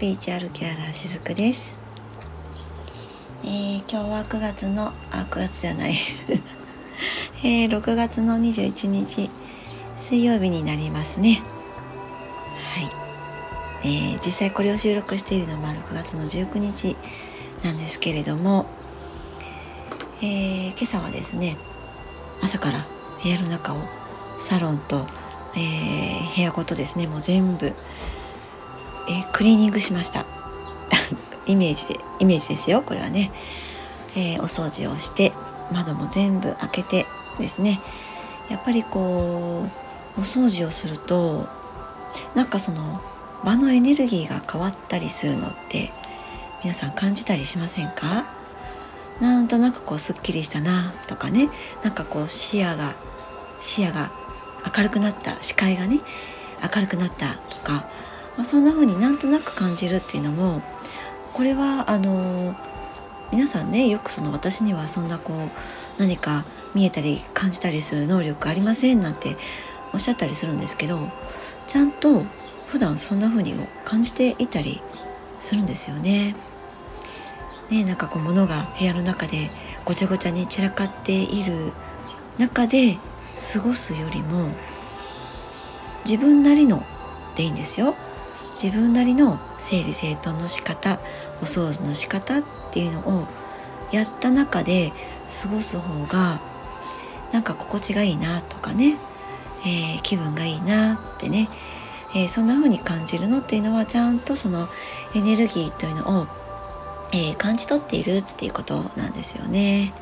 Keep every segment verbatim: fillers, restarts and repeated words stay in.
ピリチュアルケアラーしずくです。えー、今日はくがつのあくがつじゃない、えー、ろくがつのにじゅういちにち水曜日になりますね。はい、えー、実際これを収録しているのはろくがつのじゅうくにちなんですけれども、えー、今朝はですね、朝から部屋の中をサロンと、えー、部屋ごとですね、もう全部、えー、クリーニングしましたイメージでイメージですよ、これはね、えー、お掃除をして窓も全部開けてですね、やっぱりこうお掃除をするとなんかその場のエネルギーが変わったりするのって皆さん感じたりしませんか？なんとなくこうすっきりしたなとかね、なんかこう視野が視野が明るくなった、視界がね明るくなったとか、まあ、そんな風になんとなく感じるっていうのも、これはあの皆さんね、よくその私にはそんなこう何か見えたり感じたりする能力ありませんなんておっしゃったりするんですけど、ちゃんと普段そんな風に感じていたりするんですよね。ね、なんかこう物が部屋の中でごちゃごちゃに散らかっている中で過ごすよりも、自分なりのでいいんですよ。自分なりの整理整頓の仕方、お掃除の仕方っていうのをやった中で過ごす方がなんか心地がいいなとかね、えー、気分がいいなってね、えー、そんな風に感じるのっていうのは、ちゃんとそのエネルギーというのを、えー、感じ取っているっていうことなんですよね。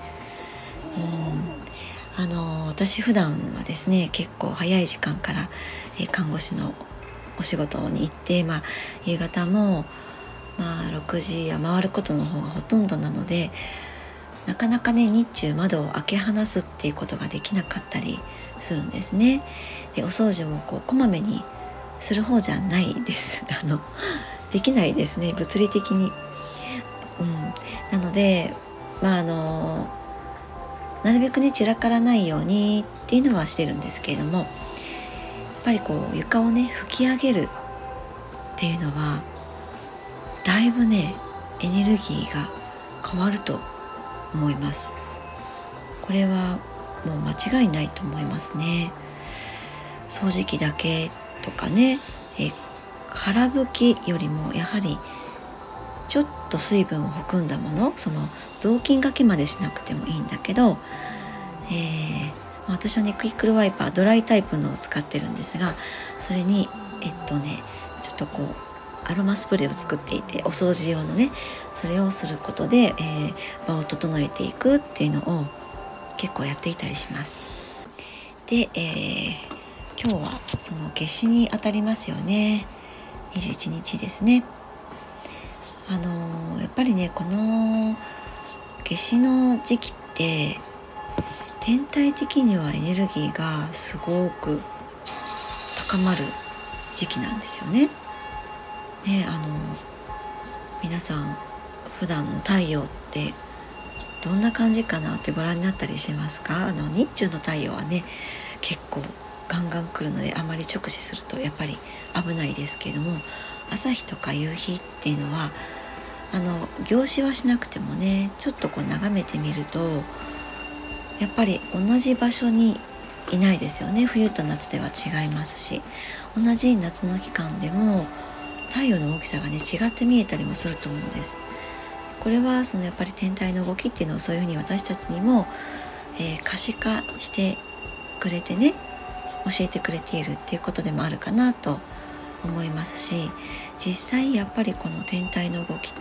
うん、あのー、私普段はですね、結構早い時間から、えー、看護師のお仕事に行って、まあ、夕方も、まあ、ろくじや回ることの方がほとんどなので、なかなかね日中窓を開け放すっていうことができなかったりするんですね。で、お掃除もこうこまめにする方じゃないですあのできないですね、物理的に。うん、なので、まああのなるべくね散らからないようにっていうのはしてるんですけれども、やっぱりこう床をね拭き上げるっていうのはだいぶねエネルギーが変わると思います。これはもう間違いないと思いますね。掃除機だけとかね、え空拭きよりもやはりちょっと水分を含んだもの、その雑巾がけまでしなくてもいいんだけど、えー、私はねクイックルワイパードライタイプのを使ってるんですが、それにえっとねちょっとこうアロマスプレーを作っていて、お掃除用のね、それをすることで、えー、場を整えていくっていうのを結構やっていたりします。で、えー、今日はその夏至にあたりますよね。にじゅういちにちですね。あのー、やっぱりねこの夏至の時期って全体的にはエネルギーがすごく高まる時期なんですよね。ね、あの皆さん普段の太陽ってどんな感じかなってご覧になったりしますか？あの日中の太陽はね結構ガンガン来るので、あまり直視するとやっぱり危ないですけれども、朝日とか夕日っていうのはあの凝視はしなくてもね、ちょっとこう眺めてみるとやっぱり同じ場所にいないですよね。冬と夏では違いますし、同じ夏の期間でも太陽の大きさがね違って見えたりもすると思うんです。これはそのやっぱり天体の動きっていうのをそういうふうに私たちにも、えー、可視化してくれてね、教えてくれているっていうことでもあるかなと思いますし、実際やっぱりこの天体の動きって、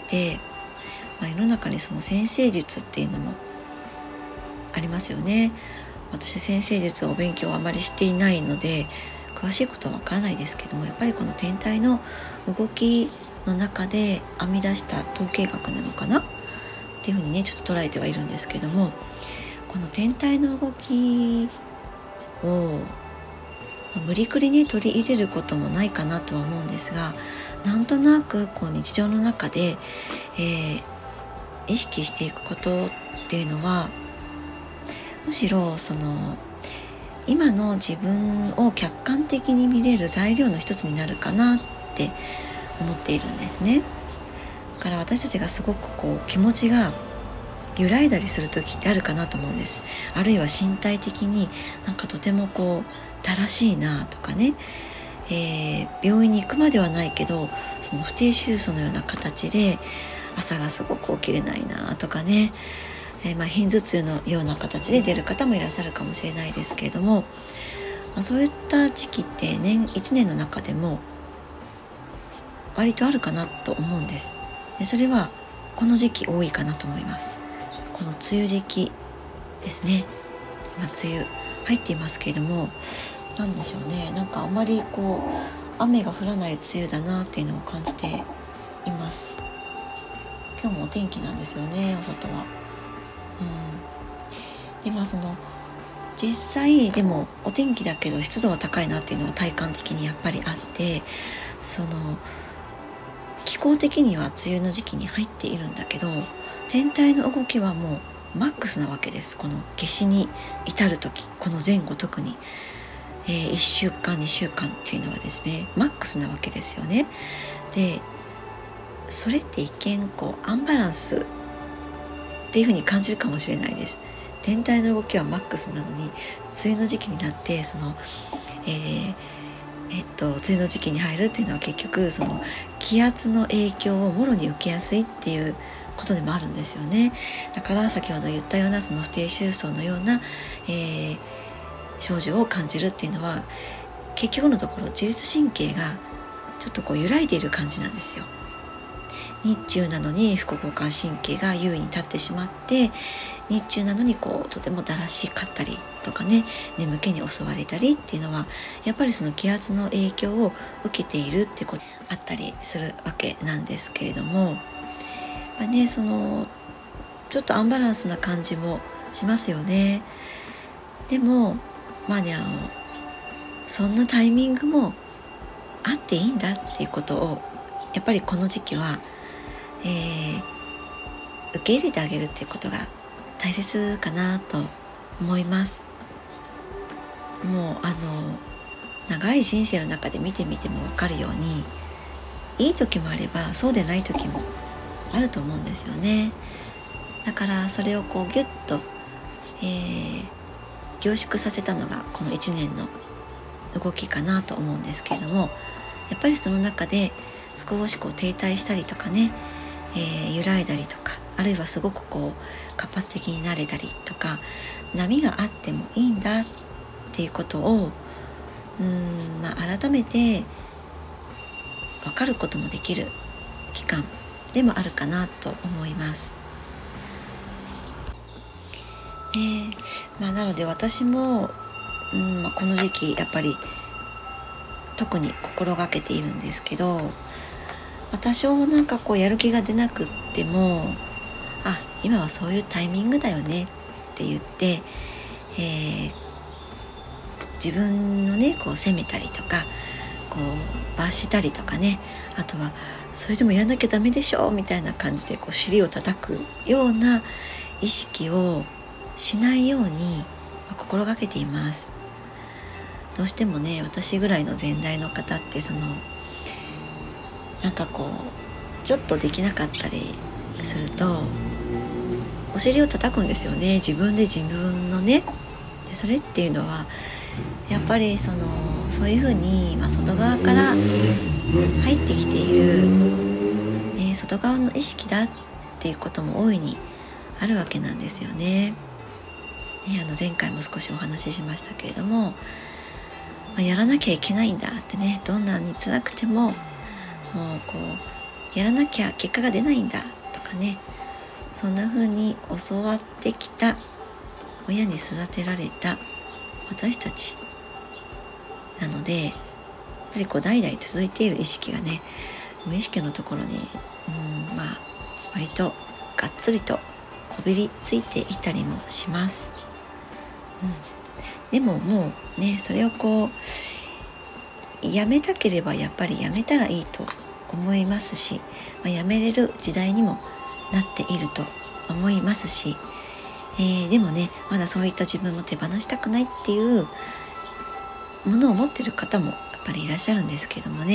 まあ、世の中にその占星術っていうのもありますよね。私占星術をお勉強をあまりしていないので詳しいことはわからないですけども、やっぱりこの天体の動きの中で編み出した統計学なのかなっていうふうにねちょっと捉えてはいるんですけども、この天体の動きを無理くりに取り入れることもないかなとは思うんですが、なんとなくこう日常の中で、えー、意識していくことっていうのは、むしろその今の自分を客観的に見れる材料の一つになるかなって思っているんですね。だから私たちがすごくこう気持ちが揺らいだりする時ってあるかなと思うんです。あるいは身体的になんかとてもこうだらしいなとかね、えー、病院に行くまではないけどその不定収束のような形で朝がすごく起きれないなとかね、えー、まあ片頭痛のような形で出る方もいらっしゃるかもしれないですけれども、まあ、そういった時期って年いちねんの中でも割とあるかなと思うんです。でそれはこの時期多いかなと思います。この梅雨時期ですね。今梅雨入っていますけれども、なんでしょうね、なんかあまりこう雨が降らない梅雨だなっていうのを感じています。今日もお天気なんですよね、お外は。うん、でまあその実際でもお天気だけど湿度は高いなっていうのは体感的にやっぱりあって、その気候的には梅雨の時期に入っているんだけど、天体の動きはもうマックスなわけです。この夏至に至る時、この前後特に、えー、いっしゅうかんにしゅうかんっていうのはですねマックスなわけですよね。でそれって一見こうアンバランスっていう風に感じるかもしれないです。天体の動きはマックスなのに梅雨の時期になってその、えーえっと、梅雨の時期に入るっていうのは結局その気圧の影響をもろに受けやすいっていうことでもあるんですよね。だから先ほど言ったようなその不定収束のような、えー、症状を感じるっていうのは結局のところ自律神経がちょっとこう揺らいでいる感じなんですよ。日中なのに副交感神経が優位に立ってしまって、日中なのにこうとてもだらしかったりとかね、眠気に襲われたりっていうのはやっぱりその気圧の影響を受けているってことあったりするわけなんですけれども、まあね、そのちょっとアンバランスな感じもしますよね。でもまあね、あのそんなタイミングもあっていいんだっていうことをやっぱりこの時期は、えー、受け入れてあげるっていうことが大切かなと思います。もうあの長い人生の中で見てみても分かるように、いい時もあればそうでない時もあると思うんですよね。だからそれをこうギュッと、えー、凝縮させたのがこのいちねんの動きかなと思うんですけれども、やっぱりその中で少しこう停滞したりとかね、えー、揺らいだりとか、あるいはすごくこう活発的になれたりとか、波があってもいいんだっていうことをうーん、まあ、改めて分かることのできる期間でもあるかなと思います。ねまあ、なので私もうん、この時期やっぱり特に心がけているんですけど、多少なんかこうやる気が出なくっても、あ、今はそういうタイミングだよねって言って、えー、自分のねこう責めたりとかこう罰したりとかね、あとはそれでもやんなきゃダメでしょみたいな感じでこう尻を叩くような意識をしないように心がけています。どうしてもね、私ぐらいの年代の方ってそのなんかこうちょっとできなかったりするとお尻を叩くんですよね、自分で自分のね。でそれっていうのはやっぱりそのそういうふうに、まあ、外側から入ってきている、ね、外側の意識だっていうことも大いにあるわけなんですよね。ね、あの前回も少しお話ししましたけれども、まあ、やらなきゃいけないんだってね、どんなに辛くてももうこうやらなきゃ結果が出ないんだとかね、そんな風に教わってきた、親に育てられた私たちなので、やっぱりこう代々続いている意識がね、無意識のところにうんまあ割とがっつりとこびりついていたりもします。うん、でももうね、それをこうやめたければやっぱりやめたらいいと思いますし、まあ、やめれる時代にもなっていると思いますし、えー、でもね、まだそういった自分も手放したくないっていうものを持っている方もやっぱりいらっしゃるんですけどもね、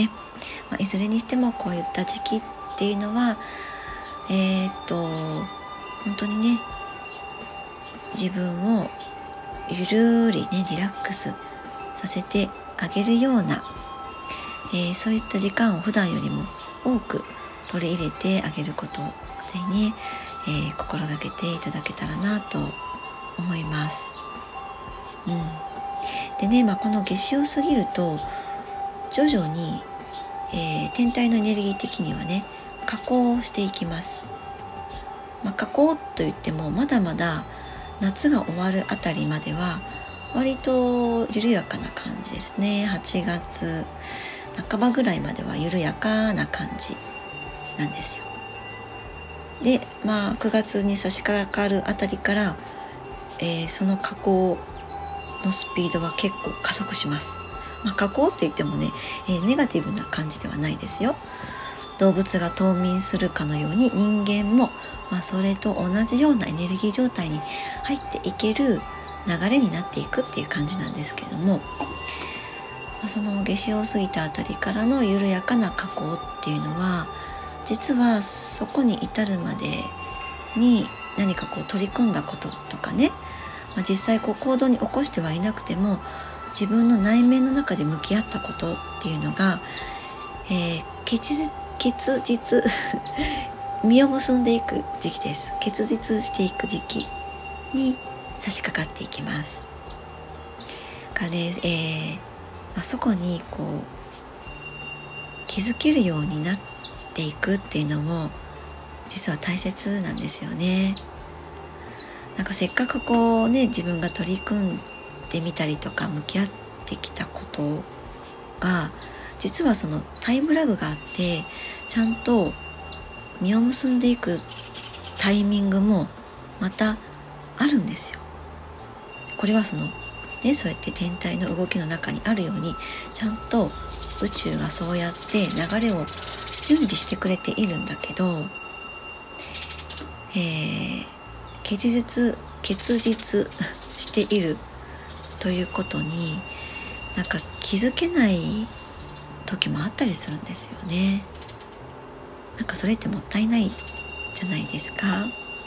まあ、いずれにしてもこういった時期っていうのはえー、っと本当にね自分をゆるりねリラックスさせてあげるような、えー、そういった時間を普段よりも多く取り入れてあげることをぜひね、えー、心がけていただけたらなと思います。うん、でね、まあ、この夏至を過ぎると徐々に、えー、天体のエネルギー的にはね下降していきます。まあ、下降といってもまだまだ夏が終わるあたりまでは割と緩やかな感じですね。はちがつなかばぐらいまでは緩やかな感じなんですよ。で、まあくがつに差し掛かるあたりから、えー、その下降のスピードは結構加速します。まあ、下降って言ってもね、えー、ネガティブな感じではないですよ。動物が冬眠するかのように人間も、まあ、それと同じようなエネルギー状態に入っていける流れになっていくっていう感じなんですけども、まあ、その夏至を過ぎたあたりからの緩やかな下降っていうのは実はそこに至るまでに何かこう取り組んだこととかね、まあ、実際こう行動に起こしてはいなくても自分の内面の中で向き合ったことっていうのが、えー、結実結実実を結んでいく時期です。結実していく時期に差し掛かっていきます。からね、えーまあ、そこにこう気づけるようになっていくっていうのも実は大切なんですよね。なんかせっかくこうね自分が取り組んでみたりとか向き合ってきたことが実はそのタイムラグがあってちゃんと実を結んでいくタイミングもまたあるんですよ。これはそのねそうやって天体の動きの中にあるようにちゃんと宇宙がそうやって流れを準備してくれているんだけど、えー、結実結実しているということになんか気づけない時もあったりするんですよね。なんかそれってもったいないじゃないですか、ね、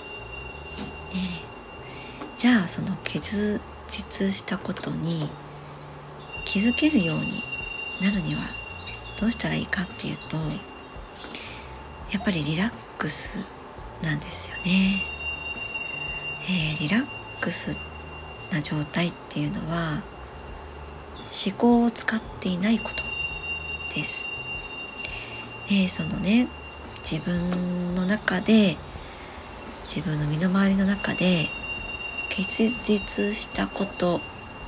じゃあその結実したことに気づけるようになるにはどうしたらいいかっていうとやっぱりリラックスなんですよね。えー、リラックスな状態っていうのは思考を使っていないことです。でそのね自分の中で自分の身の回りの中で結実したこと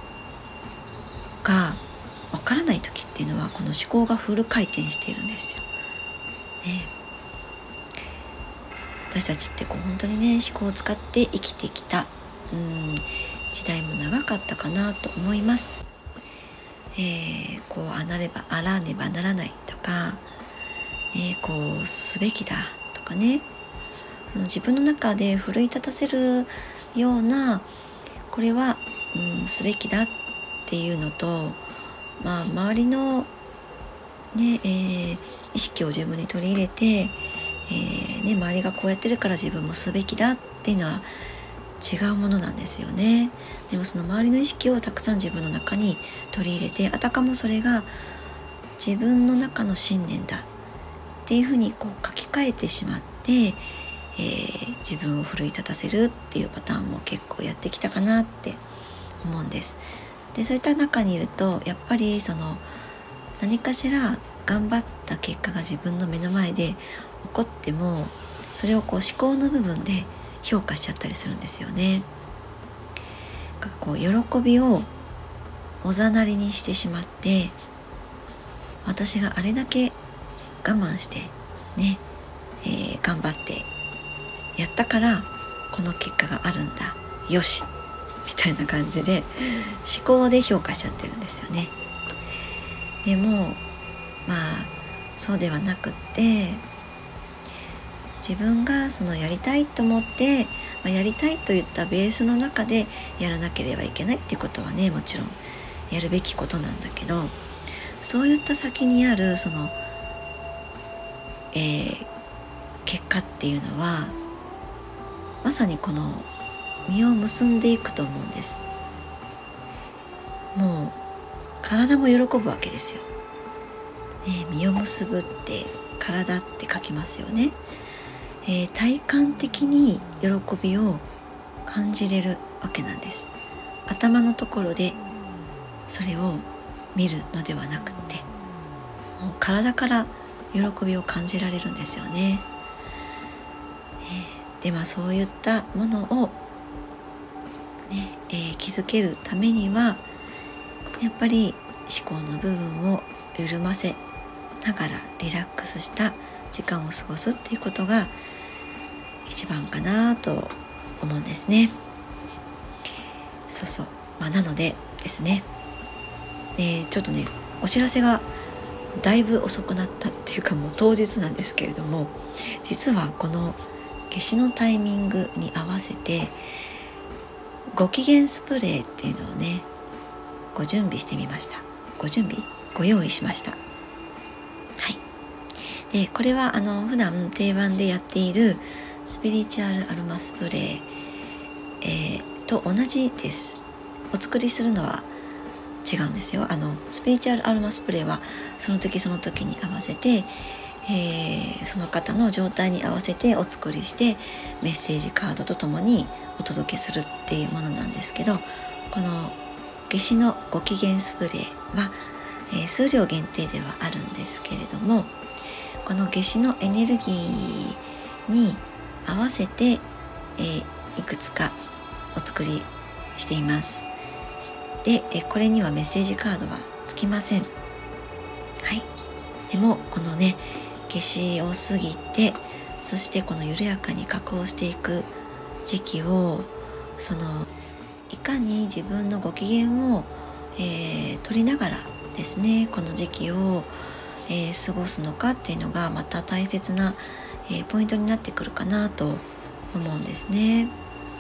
がわからない時っていうのはこの思考がフル回転しているんですよ、ね、私たちってこう本当にね思考を使って生きてきたうん時代も長かったかなと思います。えー、こうあなればあらねばならないとか、ね、こうすべきだとかねその自分の中で奮い立たせるようなこれは、うん、すべきだっていうのと、まあ、周りの、ねえー、意識を自分に取り入れて、えーね、周りがこうやってるから自分もすべきだっていうのは違うものなんですよね。でもその周りの意識をたくさん自分の中に取り入れてあたかもそれが自分の中の信念だっていうふうにこう書き換えてしまって、えー、自分を奮い立たせるっていうパターンも結構やってきたかなって思うんです。でそういった中にいるとやっぱりその何かしら頑張った結果が自分の目の前で起こってもそれをこう思考の部分で評価しちゃったりするんですよね。こう喜びをおざなりにしてしまって私があれだけ我慢してね、えー、頑張ってやったからこの結果があるんだよしみたいな感じで思考で評価しちゃってるんですよね。でもまあそうではなくって自分がそのやりたいと思って、まあ、やりたいといったベースの中でやらなければいけないっていうことはねもちろんやるべきことなんだけどそういった先にあるそのえー、結果っていうのはまさにこの実を結んでいくと思うんです。もう体も喜ぶわけですよ、ね、実を結ぶって体って書きますよね、えー、体感的に喜びを感じれるわけなんです。頭のところでそれを見るのではなくってもう体から喜びを感じられるんですよね、えー、でまあそういったものを、ねえー、気づけるためにはやっぱり思考の部分を緩ませながらリラックスした時間を過ごすっていうことが一番かなと思うんですね。そうそう、まあ、なのでですね、えー、ちょっとねお知らせがだいぶ遅くなったっていうかもう当日なんですけれども、実はこの夏至のタイミングに合わせてご機嫌スプレーっていうのをねご準備してみました。ご準備ご用意しました。はい。でこれはあの普段定番でやっているスピリチュアルアロマスプレー、えー、と同じです。お作りするのは違うんですよ。あのスピリチュアルアロマスプレーはその時その時に合わせて、えー、その方の状態に合わせてお作りしてメッセージカードとともにお届けするっていうものなんですけど、この夏至のご機嫌スプレーは、えー、数量限定ではあるんですけれども、この夏至のエネルギーに合わせて、えー、いくつかお作りしています。で、えこれにはメッセージカードはつきません。はい。でもこのね夏至を過ぎて、そしてこの緩やかに下降していく時期を、そのいかに自分のご機嫌を、えー、取りながらですね、この時期を、えー、過ごすのかっていうのがまた大切な、えー、ポイントになってくるかなと思うんですね。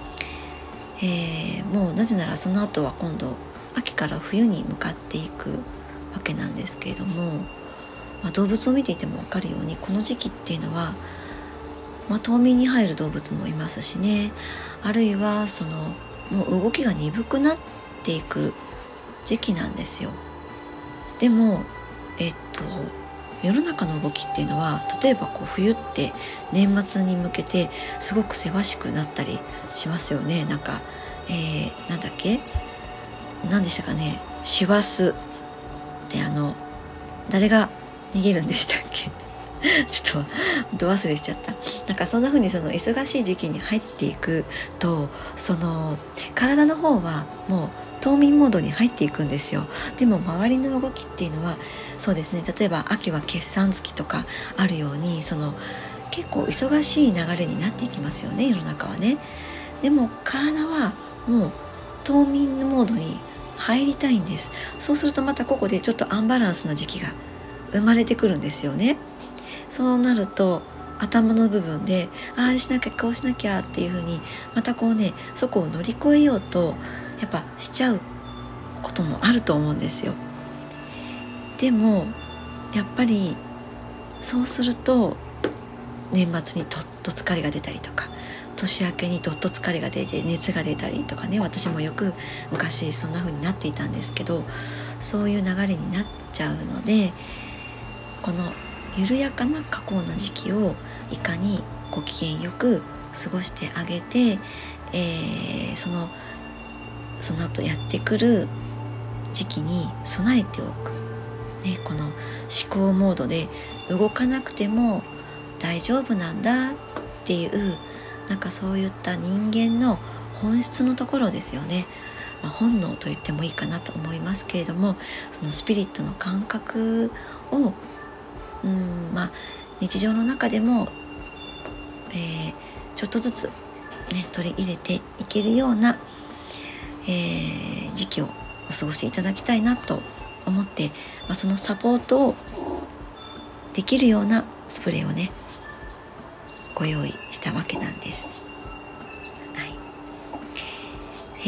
えー、もうなぜならその後は今度秋から冬に向かっていくわけなんですけれども、まあ、動物を見ていても分かるようにこの時期っていうのは、まあ、冬眠に入る動物もいますしね、あるいはそのもう動きが鈍くなっていく時期なんですよ。でもえっと世の中の動きっていうのは、例えばこう冬って年末に向けてすごくせわしくなったりしますよね。なんか、えー、なんだっけ何でしたかね、師走ってあの誰が逃げるんでしたっけちょっとど忘れしちゃった。なんかそんな風にその忙しい時期に入っていくと、その体の方はもう冬眠モードに入っていくんですよ。でも周りの動きっていうのはそうですね、例えば秋は決算月とかあるように、その結構忙しい流れになっていきますよね、世の中はね。でも体はもう冬眠モードに入りたいんです。そうするとまたここでちょっとアンバランスな時期が生まれてくるんですよね。そうなると頭の部分でああれしなきゃこうしなきゃっていう風にまたこうね、そこを乗り越えようとやっぱしちゃうこともあると思うんですよ。でもやっぱりそうすると年末にどっと疲れが出たりとか、年明けにどっと疲れが出て熱が出たりとかね、私もよく昔そんな風になっていたんですけど、そういう流れになっちゃうので、この緩やかな下降な時期をいかにご機嫌よく過ごしてあげて、えー、そのその後やってくる時期に備えておく、ね、この思考モードで動かなくても大丈夫なんだっていう、なんかそういった人間の本質のところですよね。まあ、本能と言ってもいいかなと思いますけれども、そのスピリットの感覚をうんまあ日常の中でも、えー、ちょっとずつ、ね、取り入れていけるような、えー、時期をお過ごしいただきたいなと思って、まあ、そのサポートをできるようなスプレーをねご用意したわけなんです。はい、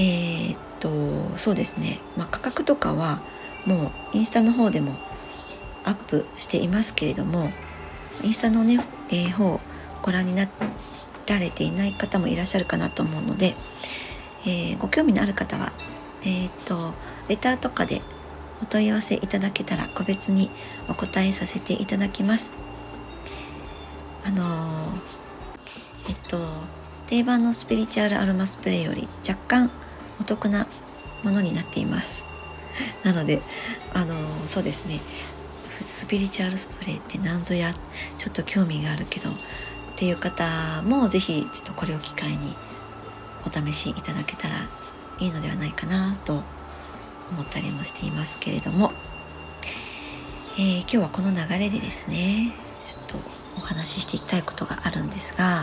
えー、っとそうですね、まあ、価格とかはもうインスタの方でもアップしていますけれども、 インスタのね、えー、方をご覧になられていない方もいらっしゃるかなと思うので、えー、ご興味のある方は、えー、っとレターとかでお問い合わせいただけたら個別にお答えさせていただきます。あのー、えっと定番のスピリチュアルアロマスプレーより若干お得なものになっています。なのであのー、そうですね、スピリチュアルスプレーって何ぞや、ちょっと興味があるけどっていう方もぜひちょっとこれを機会にお試しいただけたらいいのではないかなと思ったりもしていますけれども、えー、今日はこの流れでですね、ちょっとお話ししていきたいことがあるんですが、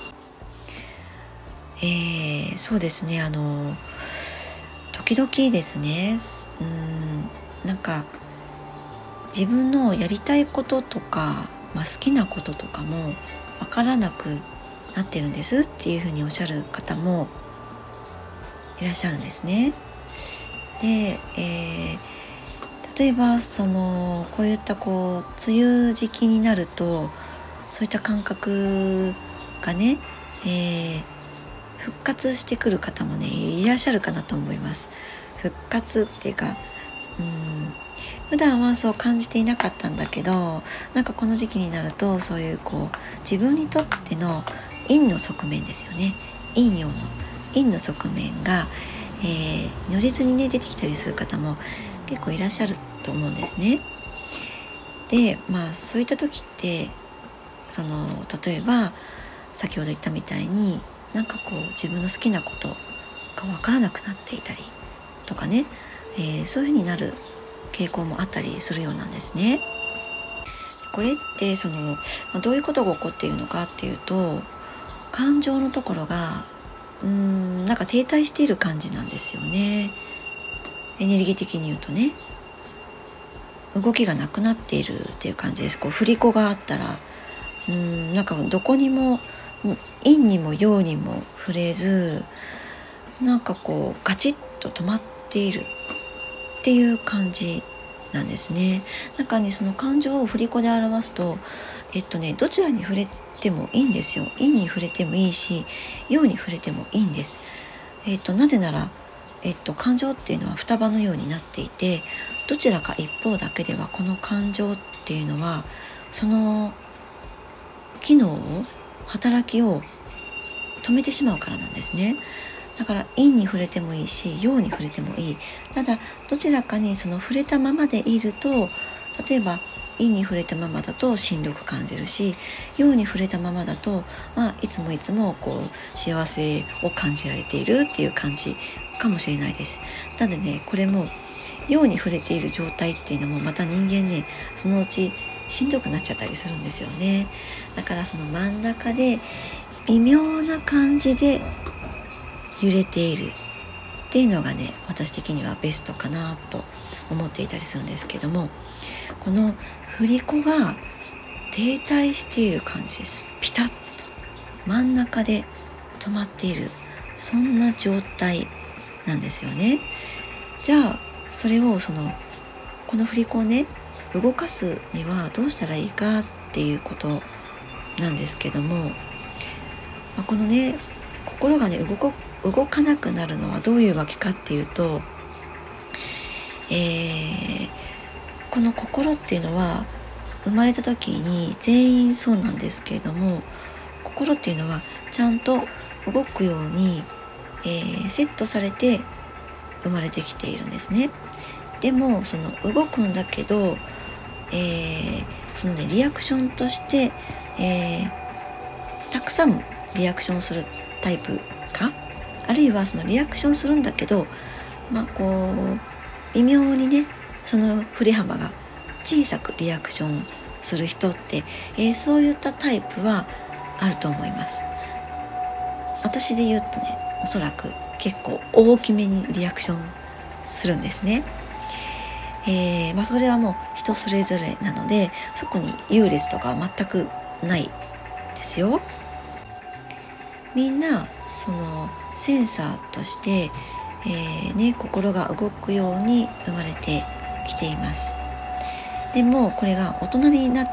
えー、そうですね、あの時々ですね、うーんなんか自分のやりたいこととか、まあ、好きなこととかもわからなくなってるんですっていうふうにおっしゃる方もいらっしゃるんですね。で、えー、例えばそのこういったこう梅雨時期になるとそういった感覚がね、えー、復活してくる方もねいらっしゃるかなと思います。復活っていうか、うん普段はそう感じていなかったんだけど、なんかこの時期になるとそういうこう自分にとっての陰の側面ですよね、陰陽の陰の側面が、えー、如実にね出てきたりする方も結構いらっしゃると思うんですね。で、まあそういった時ってその例えば先ほど言ったみたいになんかこう自分の好きなことが分からなくなっていたりとかね、えー、そういう風になる傾向もあったりするようなんですね。これってそのどういうことが起こっているのかっていうと、感情のところがうーんなんか停滞している感じなんですよね。エネルギー的に言うとね、動きがなくなっているっていう感じです。こう振り子があったらうーんなんかどこにも陰にも陽にも触れず、なんかこうガチッと止まっているっていう感じなんですね。なんかね、その感情を振り子で表すと、えっとね、どちらに触れてもいいんですよ。陰に触れてもいいし、陽に触れてもいいんです。えっとなぜなら、えっと感情っていうのは双葉のようになっていて、どちらか一方だけではこの感情っていうのはその機能を働きを止めてしまうからなんですね。だから陰に触れてもいいし陽に触れてもいい。ただどちらかにその触れたままでいると、例えば陰に触れたままだとしんどく感じるし、陽に触れたままだと、まあ、いつもいつもこう幸せを感じられているっていう感じかもしれないです。ただね、これも陽に触れている状態っていうのもまた人間ね、そのうちしんどくなっちゃったりするんですよね。だからその真ん中で微妙な感じで揺れているっていうのがね、私的にはベストかなと思っていたりするんですけども、この振り子が停滞している感じです。ピタッと真ん中で止まっている、そんな状態なんですよね。じゃあそれをそのこの振り子をね動かすにはどうしたらいいかっていうことなんですけども、まあ、このね心がね動こ動かなくなるのはどういうわけかっていうと、えー、この心っていうのは生まれた時に全員そうなんですけれども、心っていうのはちゃんと動くように、えー、セットされて生まれてきているんですね。でもその動くんだけど、えー、そのねリアクションとして、えー、たくさんリアクションするタイプか、あるいはそのリアクションするんだけど、まあこう微妙にねその振れ幅が小さくリアクションする人って、えー、そういったタイプはあると思います。私で言うとね、おそらく結構大きめにリアクションするんですね。えーまあ、それはもう人それぞれなので、そこに優劣とかは全くないですよ。みんなそのセンサーとして、えーね、心が動くように生まれてきています。でもこれが大人になっ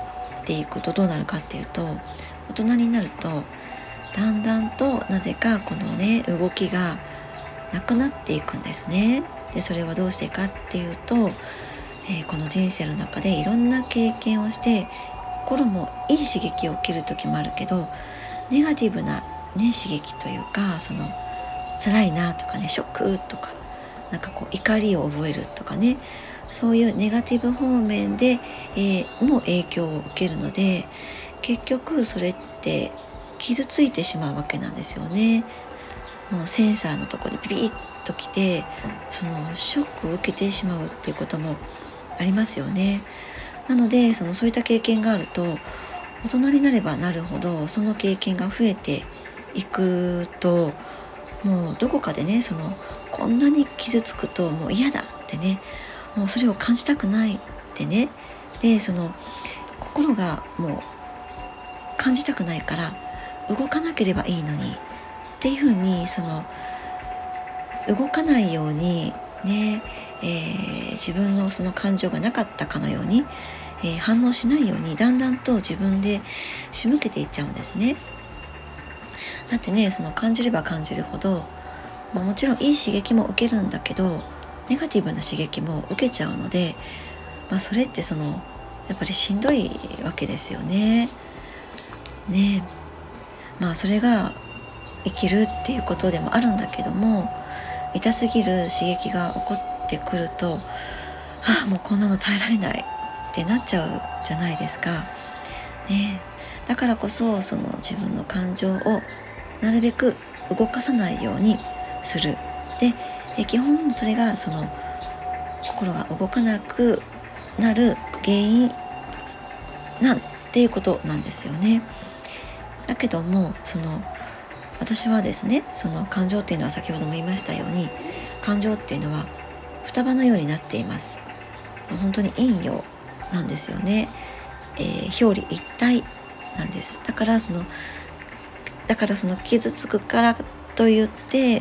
っていくとどうなるかっていうと、大人になるとだんだんとなぜかこのね動きがなくなっていくんですね。でそれはどうしてかっていうと、えー、この人生の中でいろんな経験をして心もいい刺激を受ける時もあるけど、ネガティブな、ね、刺激というか、その辛いなとかね、ショックとか、なんかこう怒りを覚えるとかね、そういうネガティブ方面で、えー、も影響を受けるので、結局それって傷ついてしまうわけなんですよね。もうセンサーのところにピピッときて、そのショックを受けてしまうっていうこともありますよね。なのでそのそういった経験があると、大人になればなるほどその経験が増えていくと、もうどこかでね、そのこんなに傷つくともう嫌だってね、もうそれを感じたくないってね、でその心がもう感じたくないから動かなければいいのにっていうふうに、その動かないようにね、えー、自分のその感情がなかったかのように、えー、反応しないようにだんだんと自分で仕向けていっちゃうんですね。だってね、その感じれば感じるほど、まあ、もちろんいい刺激も受けるんだけど、ネガティブな刺激も受けちゃうので、まあ、それってそのやっぱりしんどいわけですよね。ねえ、まあそれが生きるっていうことでもあるんだけども、痛すぎる刺激が起こってくると、ああもうこんなの耐えられないってなっちゃうじゃないですか。ねえ、だからこそその自分の感情をなるべく動かさないようにする。で、え基本それがその心が動かなくなる原因なんていうことなんですよね。だけどもその私はですね、その感情っていうのは先ほども言いましたように、感情っていうのは双葉のようになっています。本当に陰陽なんですよね。えー、表裏一体なんです。だからそのだからその傷つくからといって、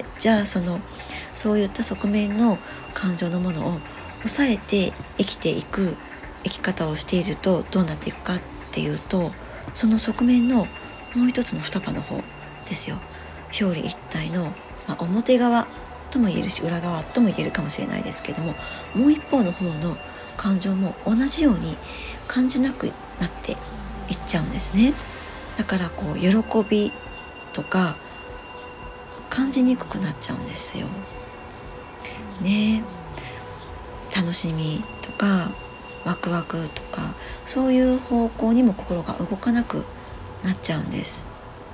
じゃあそのそういった側面の感情のものを抑えて生きていく生き方をしているとどうなっていくかっていうと、その側面のもう一つの双葉の方ですよ。表裏一体の、まあ、表側とも言えるし裏側とも言えるかもしれないですけども、もう一方の方の感情も同じように感じなくなっていっちゃうんですね。だからこう喜びとか感じにくくなっちゃうんですよね。楽しみとかワクワクとか、そういう方向にも心が動かなくなっちゃうんです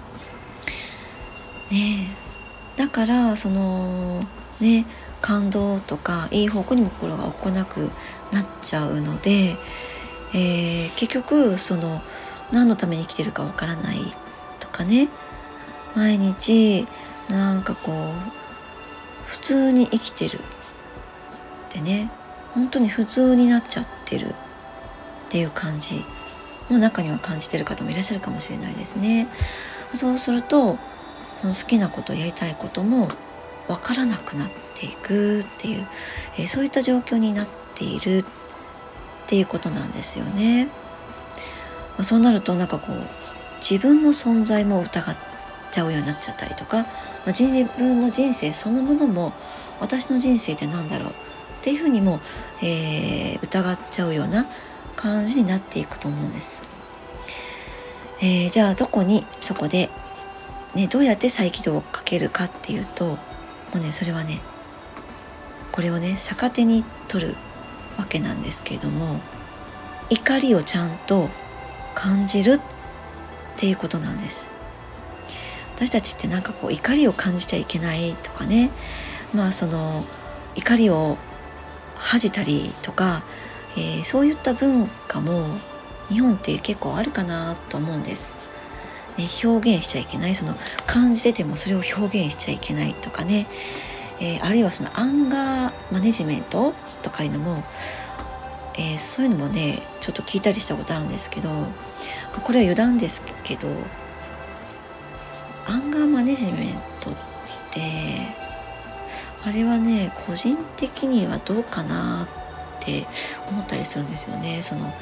ね。だからそのね、感動とかいい方向にも心が動かなくなっちゃうので、えー、結局その何のために生きてるかわからないとかね、毎日なんかこう普通に生きてるってね、本当に普通になっちゃってるっていう感じも中には感じてる方もいらっしゃるかもしれないですね。そうするとその好きなこと、やりたいこともわからなくなっていくっていう、えー、そういった状況になっているっていうことなんですよね。まあ、そうなるとなんかこう自分の存在も疑っちゃうようになっちゃったりとか、まあ、自分の人生そのものも私の人生って何だろうっていうふうにも、えー、疑っちゃうような感じになっていくと思うんです。えー、じゃあどこにそこで、ね、どうやって再起動をかけるかっていうと、もうねそれはねこれをね逆手に取るわけなんですけれども、怒りをちゃんと感じるっていうことなんです。私たちってなんかこう怒りを感じちゃいけないとかね、まあその怒りを恥じたりとか、えー、そういった文化も日本って結構あるかなと思うんです、ね、表現しちゃいけない、その感じててもそれを表現しちゃいけないとかね、えー、あるいはそのアンガーマネジメントとかいうのも、えー、そういうのもねちょっと聞いたりしたことあるんですけど、これは余談ですけど、アンガーマネジメントってあれはね個人的にはどうかなって思ったりするんですよね。その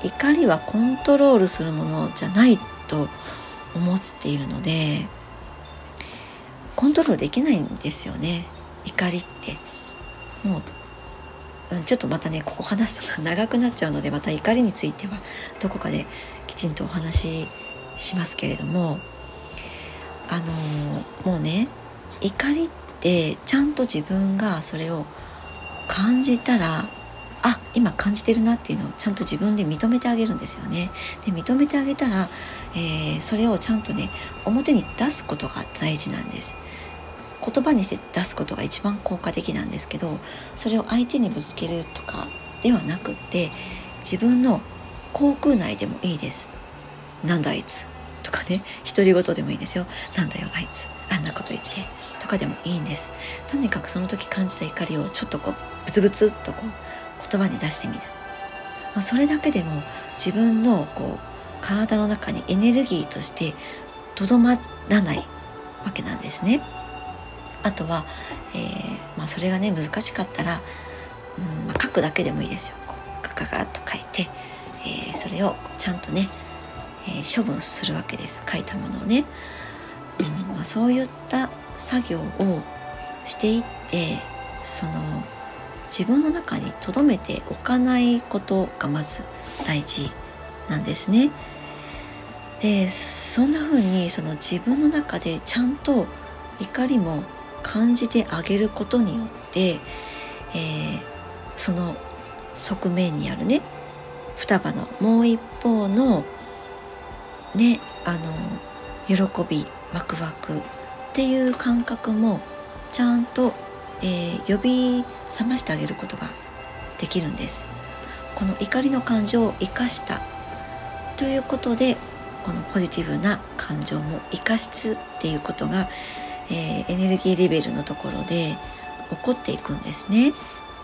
怒りはコントロールするものじゃないと思っているので、コントロールできないんですよね。怒りってもうちょっとまたねここ話すと長くなっちゃうので、また怒りについてはどこかできちんとお話ししますけれども、あのー、もうね怒りってちゃんと自分がそれを感じたら、あ、今感じてるなっていうのをちゃんと自分で認めてあげるんですよね。で認めてあげたら、えー、それをちゃんとね表に出すことが大事なんです。言葉にして出すことが一番効果的なんですけど、それを相手にぶつけるとかではなくって、自分の口腔内でもいいです。なんだあいつとかね、独り言でもいいですよ。なんだよあいつ、あんなこと言ってとかでもいいんです。とにかくその時感じた怒りをちょっとこうブツブツっとこう言葉に出してみる、まあ、それだけでも自分のこう体の中にエネルギーとしてとどまらないわけなんですね。あとは、えーまあ、それがね難しかったら、うんまあ、書くだけでもいいですよ。こうガガガッと書いて、えー、それをちゃんとね、えー、処分するわけです。書いたものをね、うんまあ、そういった作業をしていって、その自分の中に留めておかないことがまず大事なんですね。でそんな風にその自分の中でちゃんと怒りも感じてあげることによって、えー、その側面にあるね双葉のもう一方のねあの喜びワクワクっていう感覚もちゃんと、えー、呼び覚ましてあげることができるんです。この怒りの感情を生かしたということで、このポジティブな感情も生かすっていうことが、えー、エネルギーレベルのところで起こっていくんですね。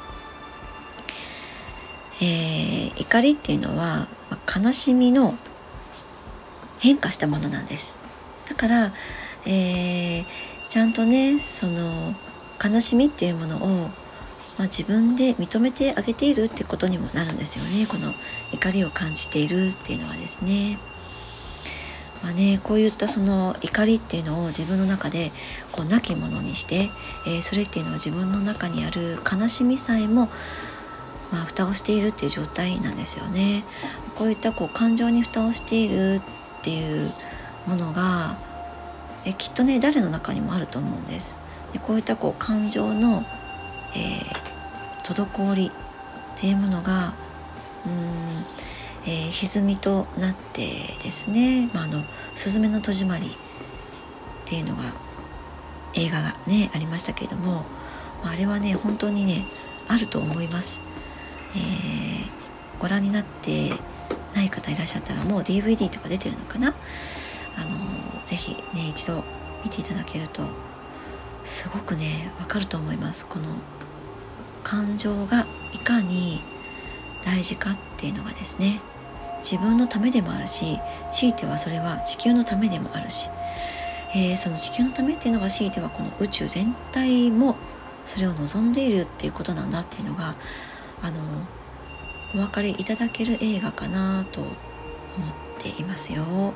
えー、怒りっていうのは、まあ、悲しみの変化したものなんです。だから、えー、ちゃんとねその悲しみっていうものを、まあ、自分で認めてあげているってことにもなるんですよね。この怒りを感じているっていうのはですね、まあね、こういったその怒りっていうのを自分の中でこうなきものにして、えー、それっていうのは自分の中にある悲しみさえも、まあ、蓋をしているっていう状態なんですよね。こういったこう感情に蓋をしているっていうものがえきっとね誰の中にもあると思うんです。でこういったこう感情の、えー、滞りっていうものがうーんえー、歪みとなってですね、まあ、あのすずめの戸締まりっていうのが映画がねありましたけれども、あれはね本当にねあると思います。えー、ご覧になってない方いらっしゃったらもう ディーブイディー とか出てるのかな、あのぜひね一度見ていただけるとすごくねわかると思います。この感情がいかに大事かっていうのがですね、自分のためでもあるし、強いてはそれは地球のためでもあるし、えー、その地球のためっていうのが強いてはこの宇宙全体もそれを望んでいるっていうことなんだっていうのがあのお分かりいただける映画かなと思っていますよ。はい、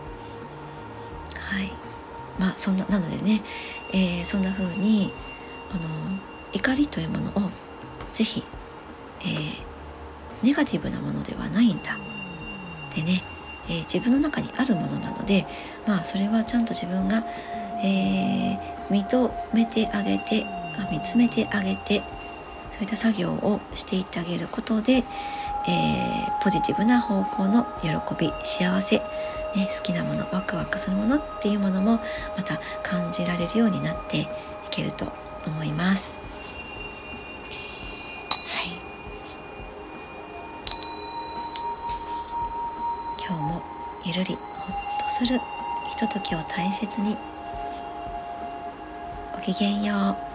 まあそんななのでね、えー、そんな風にこの怒りというものをぜひ、えー、ネガティブなものではないんだでね、えー、自分の中にあるものなので、まあそれはちゃんと自分が、えー、認めてあげて、まあ、見つめてあげて、そういった作業をしていってあげることで、えー、ポジティブな方向の喜び、幸せ、ね、好きなもの、ワクワクするものっていうものもまた感じられるようになっていけると思います。今日もゆるりほっとするひとときを大切に。ごきげんよう。